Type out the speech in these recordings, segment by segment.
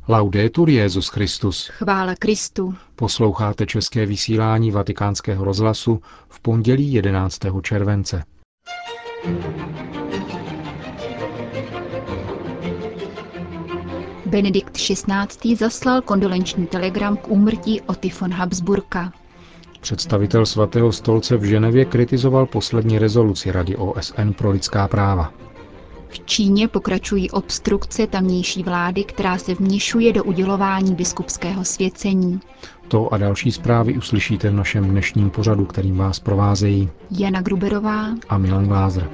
Laudetur Jesus Christus. Chvála Kristu. Posloucháte české vysílání Vatikánského rozhlasu v pondělí 11. července. Benedikt XVI. Zaslal kondolenční telegram k úmrtí Otty von Habsburka. Představitel Svatého stolce v Ženevě kritizoval poslední rezoluci Rady OSN pro lidská práva. V Číně pokračují obstrukce tamnější vlády, která se vměšuje do udělování biskupského svěcení. To a další zprávy uslyšíte v našem dnešním pořadu, kterým vás provázejí Jana Gruberová a Milan Glázer.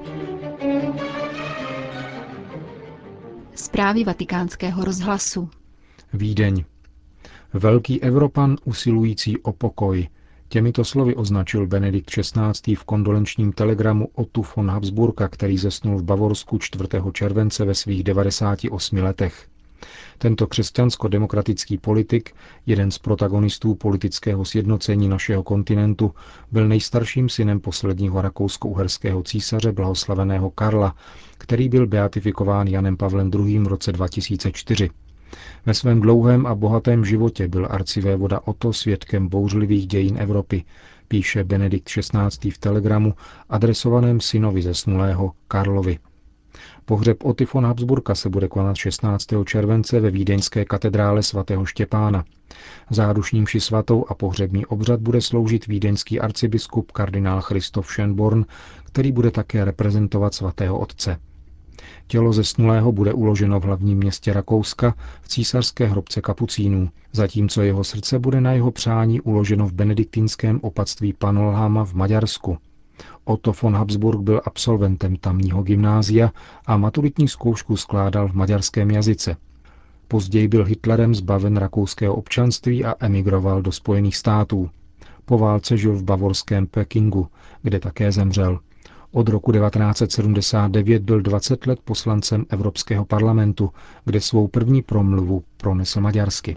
Zprávy Vatikánského rozhlasu. Vídeň. Velký Evropan usilující o pokoj. Těmito slovy označil Benedikt XVI. V kondolenčním telegramu Ottu von Habsburka, který zesnul v Bavorsku 4. července ve svých 98 letech. Tento křesťansko-demokratický politik, jeden z protagonistů politického sjednocení našeho kontinentu, byl nejstarším synem posledního rakousko-uherského císaře blahoslaveného Karla, který byl beatifikován Janem Pavlem II. V roce 2004. Ve svém dlouhém a bohatém životě byl arcivévoda Otto svědkem bouřlivých dějin Evropy, píše Benedikt XVI. V telegramu adresovaném synovi zesnulého Karlovi. Pohřeb Otty von Habsburka se bude konat 16. července ve vídeňské katedrále svatého Štěpána. Zádušní mši svatou a pohřební obřad bude sloužit vídeňský arcibiskup kardinál Christoph Schönborn, který bude také reprezentovat svatého otce. Tělo zesnulého bude uloženo v hlavním městě Rakouska v císařské hrobce kapucínů, zatímco jeho srdce bude na jeho přání uloženo v benediktínském opatství Pannonhalma v Maďarsku. Otto von Habsburk byl absolventem tamního gymnázia a maturitní zkoušku skládal v maďarském jazyce. Později byl Hitlerem zbaven rakouského občanství a emigroval do Spojených států. Po válce žil v bavorském Pekingu, kde také zemřel. Od roku 1979 byl 20 let poslancem Evropského parlamentu, kde svou první promluvu pronesl maďarsky.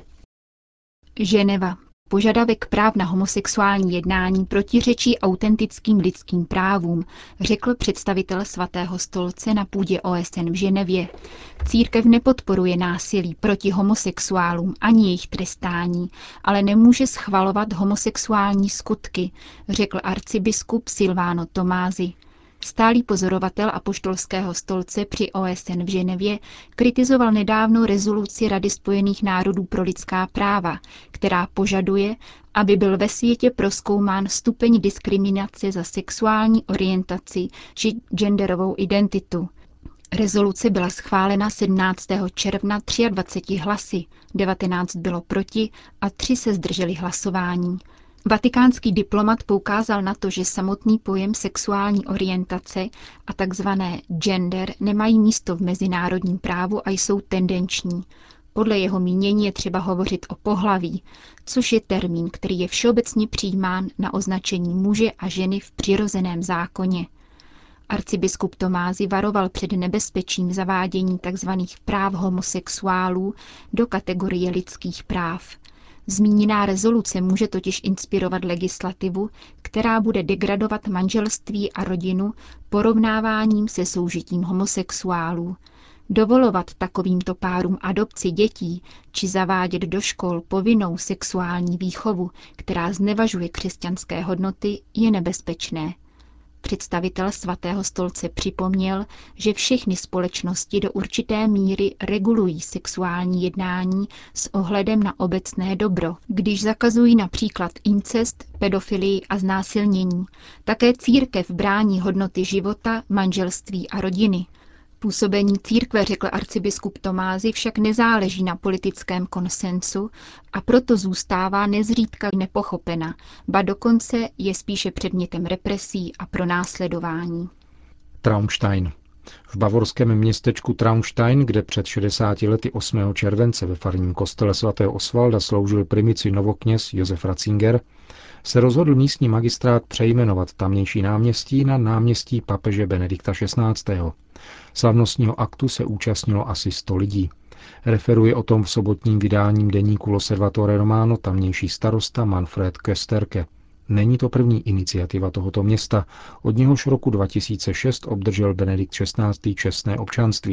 Ženeva. Požadavek práv na homosexuální jednání protiřečí autentickým lidským právům, řekl představitel Svatého stolce na půdě OSN v Ženevě. Církev nepodporuje násilí proti homosexuálům ani jejich trestání, ale nemůže schvalovat homosexuální skutky, řekl arcibiskup Silvano Tomási. Stálý pozorovatel apoštolského stolce při OSN v Ženevě kritizoval nedávnou rezoluci Rady Spojených národů pro lidská práva, která požaduje, aby byl ve světě prozkoumán stupeň diskriminace za sexuální orientaci či genderovou identitu. Rezoluce byla schválena 17. června 23 hlasy, 19 bylo proti a 3 se zdrželi hlasování. Vatikánský diplomat poukázal na to, že samotný pojem sexuální orientace a takzvané gender nemají místo v mezinárodním právu a jsou tendenční. Podle jeho mínění je třeba hovořit o pohlaví, což je termín, který je všeobecně přijímán na označení muže a ženy v přirozeném zákoně. Arcibiskup Tomási varoval před nebezpečím zavádění tzv. Práv homosexuálů do kategorie lidských práv. Zmíněná rezoluce může totiž inspirovat legislativu, která bude degradovat manželství a rodinu porovnáváním se soužitím homosexuálů. Dovolovat takovýmto párům adopci dětí či zavádět do škol povinnou sexuální výchovu, která znevažuje křesťanské hodnoty, je nebezpečné. Představitel Svatého stolce připomněl, že všechny společnosti do určité míry regulují sexuální jednání s ohledem na obecné dobro, když zakazují například incest, pedofilii a znásilnění. Také církev brání hodnoty života, manželství a rodiny. Působení církve, řekl arcibiskup Tomási, však nezáleží na politickém konsensu a proto zůstává nezřídka nepochopena, ba dokonce je spíše předmětem represí a pronásledování. Traunstein. V bavorském městečku Traunstein, kde před 60 lety 8. července ve farním kostele sv. Osvalda sloužil primici novokněz Josef Ratzinger, se rozhodl místní magistrát přejmenovat tamnější náměstí na náměstí papeže Benedikta XVI. Slavnostního aktu se účastnilo asi 100 lidí. Referuje o tom v sobotním vydáním deníku L'Osservatore Romano tamnější starosta Manfred Kösterke. Není to první iniciativa tohoto města, od něhož roku 2006 obdržel Benedikt XVI. Čestné občanství.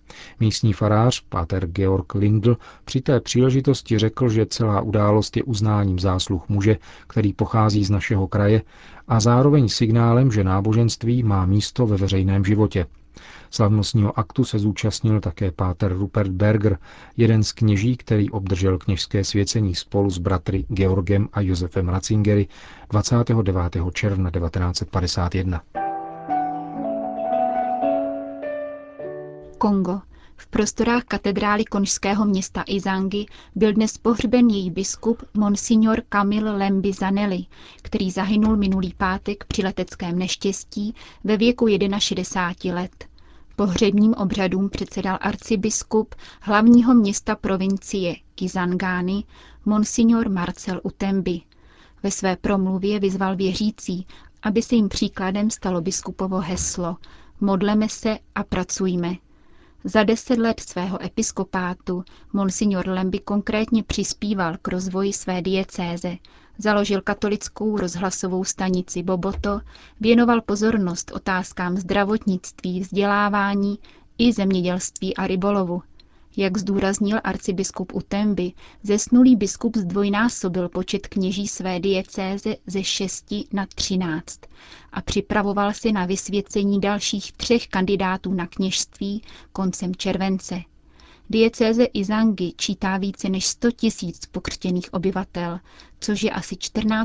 Místní farář, páter Georg Lindl, při té příležitosti řekl, že celá událost je uznáním zásluh muže, který pochází z našeho kraje, a zároveň signálem, že náboženství má místo ve veřejném životě. Slavnostního aktu se zúčastnil také páter Rupert Berger, jeden z kněží, který obdržel kněžské svěcení spolu s bratry Georgem a Josefem Ratzingery 29. června 1951. Kongo. V prostorách katedrály konžského města Izangi byl dnes pohřben její biskup Monsignor Camille Lembi Zanelli, který zahynul minulý pátek při leteckém neštěstí ve věku 61 let. Pohřebním obřadům předsedal arcibiskup hlavního města provincie Kisangani Monsignor Marcel Utembi. Ve své promluvě vyzval věřící, aby se jim příkladem stalo biskupovo heslo Modleme se a pracujme. Za 10 let svého episkopátu Monsignor Lembi konkrétně přispíval k rozvoji své diecéze, založil katolickou rozhlasovou stanici Boboto, věnoval pozornost otázkám zdravotnictví, vzdělávání i zemědělství a rybolovu. Jak zdůraznil arcibiskup Utembi, zesnulý biskup zdvojnásobil počet kněží své diecéze ze 6 na 13 a připravoval se na vysvěcení dalších 3 kandidátů na kněžství koncem července. Diecéze Izangi čítá více než 100 000 pokřtěných obyvatel, což je asi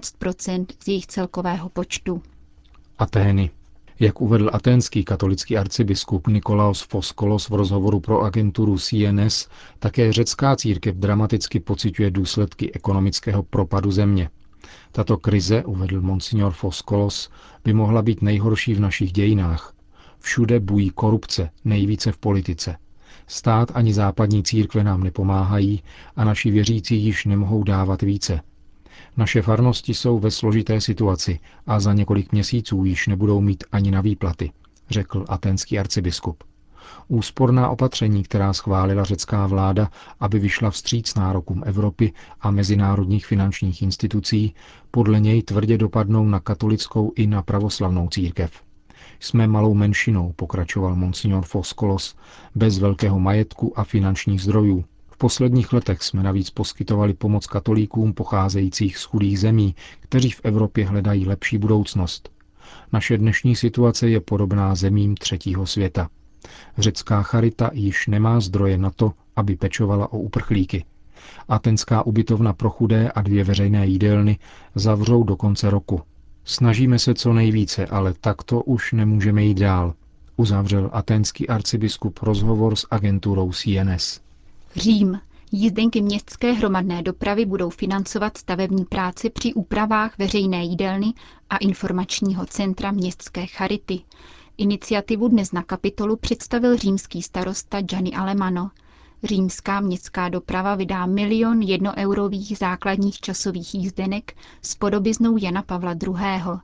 14% z jejich celkového počtu. Atény. Jak uvedl aténský katolický arcibiskup Nikolaos Foskolos v rozhovoru pro agenturu CNS, také řecká církev dramaticky pociťuje důsledky ekonomického propadu země. Tato krize, uvedl monsignor Foskolos, by mohla být nejhorší v našich dějinách. Všude bují korupce, nejvíce v politice. Stát ani západní církve nám nepomáhají a naši věřící již nemohou dávat více. Naše farnosti jsou ve složité situaci a za několik měsíců již nebudou mít ani na výplaty, řekl aténský arcibiskup. Úsporná opatření, která schválila řecká vláda, aby vyšla vstříc nárokům Evropy a mezinárodních finančních institucí, podle něj tvrdě dopadnou na katolickou i na pravoslavnou církev. Jsme malou menšinou, pokračoval monsignor Foskolos, bez velkého majetku a finančních zdrojů. V posledních letech jsme navíc poskytovali pomoc katolíkům pocházejících z chudých zemí, kteří v Evropě hledají lepší budoucnost. Naše dnešní situace je podobná zemím třetího světa. Řecká charita již nemá zdroje na to, aby pečovala o uprchlíky. Atenská ubytovna pro chudé a 2 veřejné jídelny zavřou do konce roku. Snažíme se co nejvíce, ale takto už nemůžeme jít dál, uzavřel aténský arcibiskup rozhovor s agenturou CNS. Řím. Jízdenky městské hromadné dopravy budou financovat stavební práce při úpravách veřejné jídelny a informačního centra městské charity. Iniciativu dnes na Kapitolu představil římský starosta Gianni Alemano. Římská městská doprava vydá 1 000 000 jednoeurových základních časových jízdenek s podobiznou Jana Pavla II.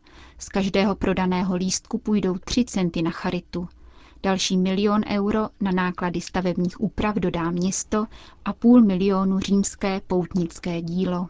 Z každého prodaného lístku půjdou 3 centy na charitu. Další 1 000 000 euro na náklady stavebních úprav dodá město a 500 000 římské poutnické dílo.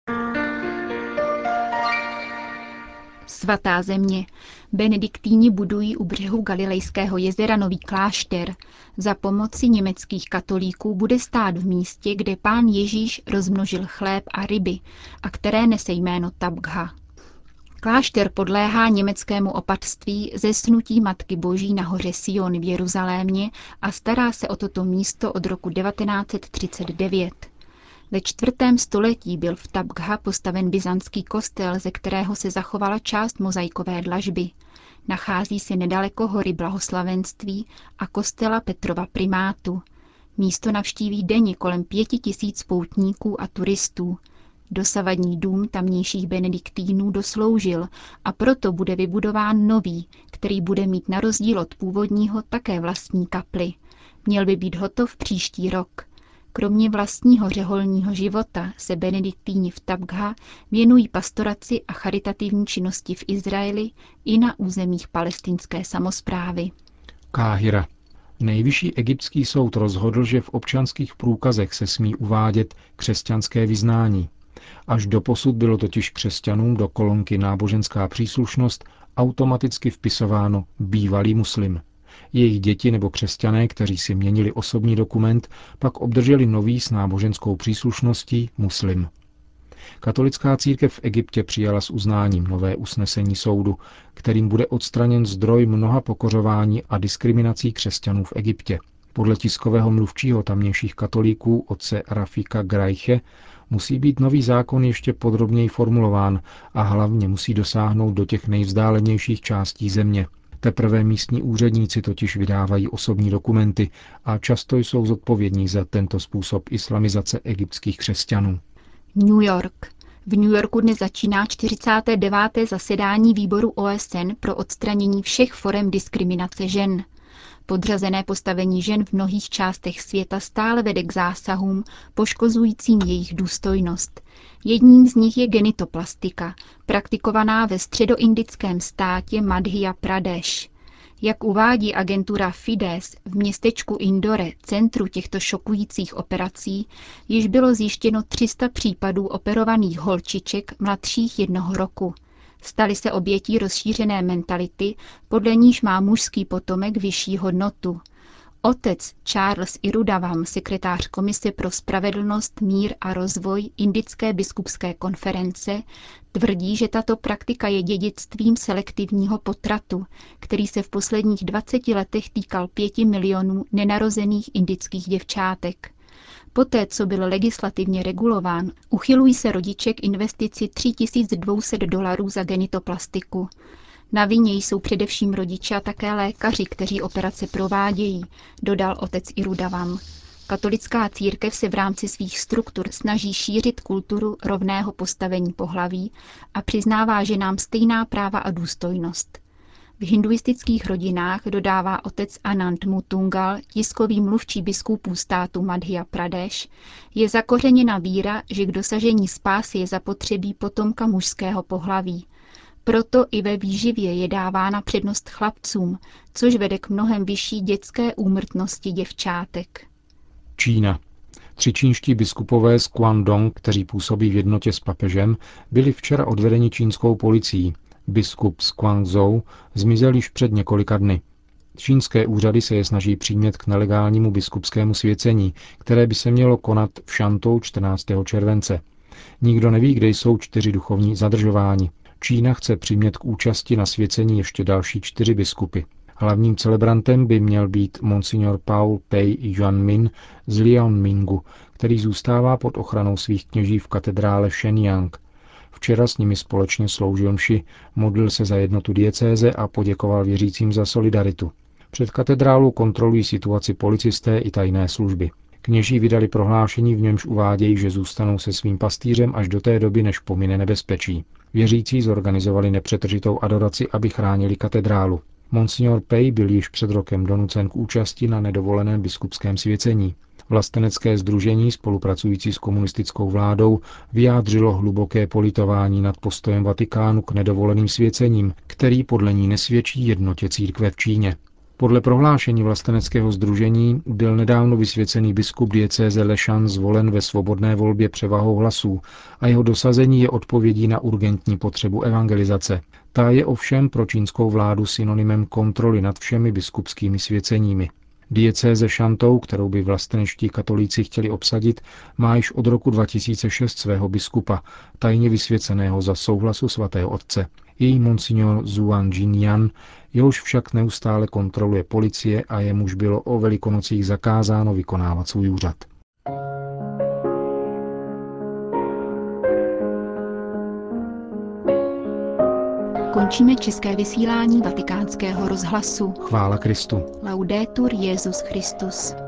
Svatá země. Benediktíni budují u břehu Galilejského jezera nový klášter. Za pomoci německých katolíků bude stát v místě, kde Pán Ježíš rozmnožil chléb a ryby a které nese jméno Tabgha. Klášter podléhá německému opatství Zesnutí Matky Boží na hoře Sion v Jeruzalémě a stará se o toto místo od roku 1939. Ve 4. století byl v Tabgha postaven byzantský kostel, ze kterého se zachovala část mozaikové dlažby. Nachází se nedaleko hory Blahoslavenství a kostela Petrova primátu. Místo navštíví denně kolem 5 000 poutníků a turistů. Dosavadní dům tamnějších benediktínů dosloužil a proto bude vybudován nový, který bude mít na rozdíl od původního také vlastní kapli. Měl by být hotov příští rok. Kromě vlastního řeholního života se benediktíni v Tabgha věnují pastoraci a charitativní činnosti v Izraeli i na územích palestinské samosprávy. Káhira. Nejvyšší egyptský soud rozhodl, že v občanských průkazech se smí uvádět křesťanské vyznání. Až doposud bylo totiž křesťanům do kolonky náboženská příslušnost automaticky vpisováno bývalý muslim. Jejich děti nebo křesťané, kteří si měnili osobní dokument, pak obdrželi nový s náboženskou příslušností muslim. Katolická církev v Egyptě přijala s uznáním nové usnesení soudu, kterým bude odstraněn zdroj mnoha pokořování a diskriminací křesťanů v Egyptě. Podle tiskového mluvčího tamnějších katolíků otce Rafika Grajche musí být nový zákon ještě podrobněji formulován a hlavně musí dosáhnout do těch nejvzdálenějších částí země. Teprve místní úředníci totiž vydávají osobní dokumenty a často jsou zodpovědní za tento způsob islamizace egyptských křesťanů. New York. V New Yorku dnes začíná 49. zasedání výboru OSN pro odstranění všech forem diskriminace žen. Podřazené postavení žen v mnohých částech světa stále vede k zásahům, poškozujícím jejich důstojnost. Jedním z nich je genitoplastika, praktikovaná ve středoindickém státě Madhya Pradesh. Jak uvádí agentura Fides, v městečku Indore, centru těchto šokujících operací, již bylo zjištěno 300 případů operovaných holčiček mladších 1 roku. Staly se obětí rozšířené mentality, podle níž má mužský potomek vyšší hodnotu. Otec Charles Irudavam, sekretář Komise pro spravedlnost, mír a rozvoj Indické biskupské konference, tvrdí, že tato praktika je dědictvím selektivního potratu, který se v posledních 20 letech týkal 5 milionů nenarozených indických děvčátek. Poté, co byl legislativně regulován, uchylují se rodiče k investici $3200 za genitoplastiku. Na vině jsou především rodiče a také lékaři, kteří operace provádějí, dodal otec Irudavam. Katolická církev se v rámci svých struktur snaží šířit kulturu rovného postavení pohlaví a přiznává ženám stejná práva a důstojnost. V hinduistických rodinách, dodává otec Anand Mutungal, tiskový mluvčí biskupů státu Madhya Pradesh, je zakořeněna víra, že k dosažení spásy je zapotřebí potomka mužského pohlaví. Proto i ve výživě je dávána přednost chlapcům, což vede k mnohem vyšší dětské úmrtnosti děvčátek. Čína. 3 čínští biskupové z Guangdong, kteří působí v jednotě s papežem, byli včera odvedeni čínskou policií. Biskup z Guangzhou zmizel již před několika dny. Čínské úřady se je snaží přimět k nelegálnímu biskupskému svěcení, které by se mělo konat v Šantou 14. července. Nikdo neví, kde jsou 4 duchovní zadržováni. Čína chce přimět k účasti na svěcení ještě další 4 biskupy. Hlavním celebrantem by měl být monsignor Paul Pei Yuanmin z Liaoningu, který zůstává pod ochranou svých kněží v katedrále Shenyang. Včera s nimi společně sloužil mši, modlil se za jednotu diecéze a poděkoval věřícím za solidaritu. Před katedrálou kontrolují situaci policisté i tajné služby. Kněží vydali prohlášení, v němž uvádějí, že zůstanou se svým pastýřem až do té doby, než pomine nebezpečí. Věřící zorganizovali nepřetržitou adoraci, aby chránili katedrálu. Monsignor Pei byl již před rokem donucen k účasti na nedovoleném biskupském svěcení. Vlastenecké sdružení spolupracující s komunistickou vládou vyjádřilo hluboké politování nad postojem Vatikánu k nedovoleným svěcením, který podle ní nesvědčí jednotě církve v Číně. Podle prohlášení vlasteneckého sdružení byl nedávno vysvěcený biskup diecéze Leshan zvolen ve svobodné volbě převahou hlasů a jeho dosazení je odpovědí na urgentní potřebu evangelizace. Ta je ovšem pro čínskou vládu synonymem kontroly nad všemi biskupskými svěceními. Diecéze Šantou, kterou by vlastenečtí katolíci chtěli obsadit, má již od roku 2006 svého biskupa, tajně vysvěceného za souhlasu svatého otce. Její monsignor Zuan Jinyan, jehož však neustále kontroluje policie a jemuž bylo o Velikonocích zakázáno vykonávat svůj úřad. Končíme české vysílání Vatikánského rozhlasu. Chvála Kristu. Laudetur Jesus Christus.